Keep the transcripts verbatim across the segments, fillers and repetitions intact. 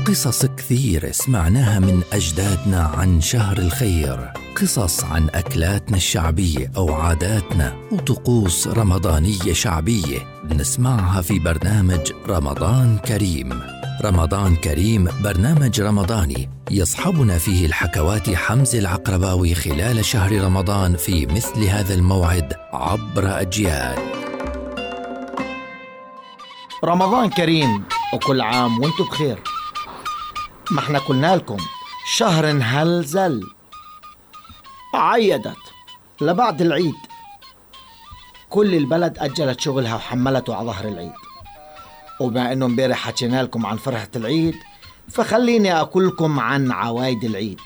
قصص كثير سمعناها من أجدادنا عن شهر الخير، قصص عن أكلاتنا الشعبية أو عاداتنا وطقوس رمضانية شعبية بنسمعها في برنامج رمضان كريم. رمضان كريم برنامج رمضاني يصحبنا فيه الحكوات حمزة العقرباوي خلال شهر رمضان في مثل هذا الموعد عبر أجيال. رمضان كريم وكل عام وانتم بخير. ما احنا قلنا لكم شهر هلزل عيدت لبعد العيد، كل البلد أجلت شغلها وحملته على ظهر العيد. وبما انه امبارح حكينا لكم عن فرحة العيد، فخليني أقول لكم عن عوايد العيد.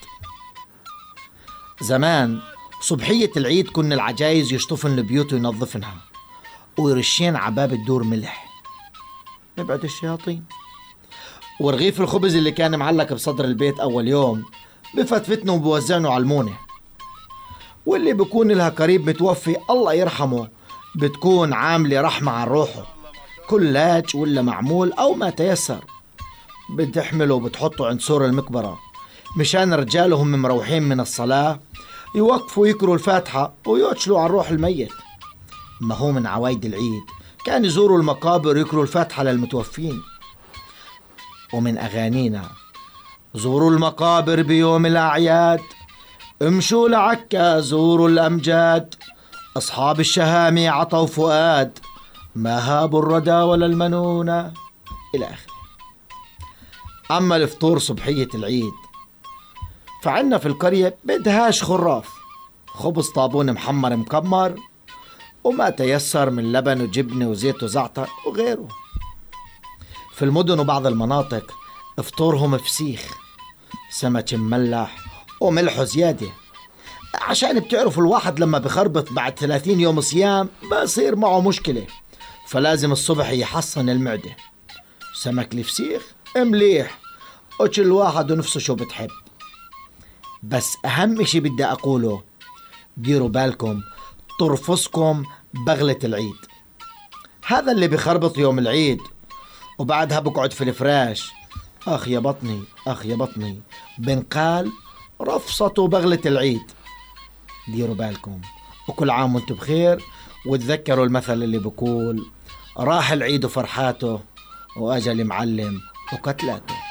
زمان صبحية العيد كن العجايز يشطفن البيوت وينظفنها ويرشين عباب الدور ملح نبعد الشياطين، ورغيف الخبز اللي كان معلق بصدر البيت أول يوم بفتفتنه وبوزعنه على المونة، واللي بيكون لها قريب متوفي الله يرحمه بتكون عاملة رحمة عن روحه، كلاج ولا معمول أو ما تيسر بتحمله وبتحطه عند سور المقبرة مشان رجالهم مروحين من الصلاة يوقفوا يقروا الفاتحة ويوتشلوا عن روح الميت. ما هو من عوايد العيد كان يزوروا المقابر ويقروا الفاتحة للمتوفين. ومن أغانينا زوروا المقابر بيوم الأعياد، امشوا لعكا زوروا الأمجاد، أصحاب الشهامي عطوا فؤاد، ما هابوا الردى ولا المنونة إلى آخره. أما الفطور صبحية العيد فعنا في القرية بدهاش خراف، خبز طابون محمر مكمر وما تيسر من لبن وجبنة وزيت وزعتر وغيره. في المدن وبعض المناطق افطورهم فسيخ، سمك مملح وملح زيادة، عشان بتعرفوا الواحد لما بخربط بعد ثلاثين يوم صيام بصير معه مشكلة، فلازم الصبح يحصن المعدة. سمك الفسيخ مليح وكل واحد ونفسه شو بتحب. بس أهم شي بدي أقوله، ديروا بالكم ترفصكم بغلة العيد. هذا اللي بخربط يوم العيد وبعدها بقعد في الفراش أخ يا بطني أخ يا بطني، بنقال رفصته بغلة العيد. ديروا بالكم وكل عام وانتم بخير، وتذكروا المثل اللي بقول راح العيد وفرحاته وأجل معلم وقتلاته.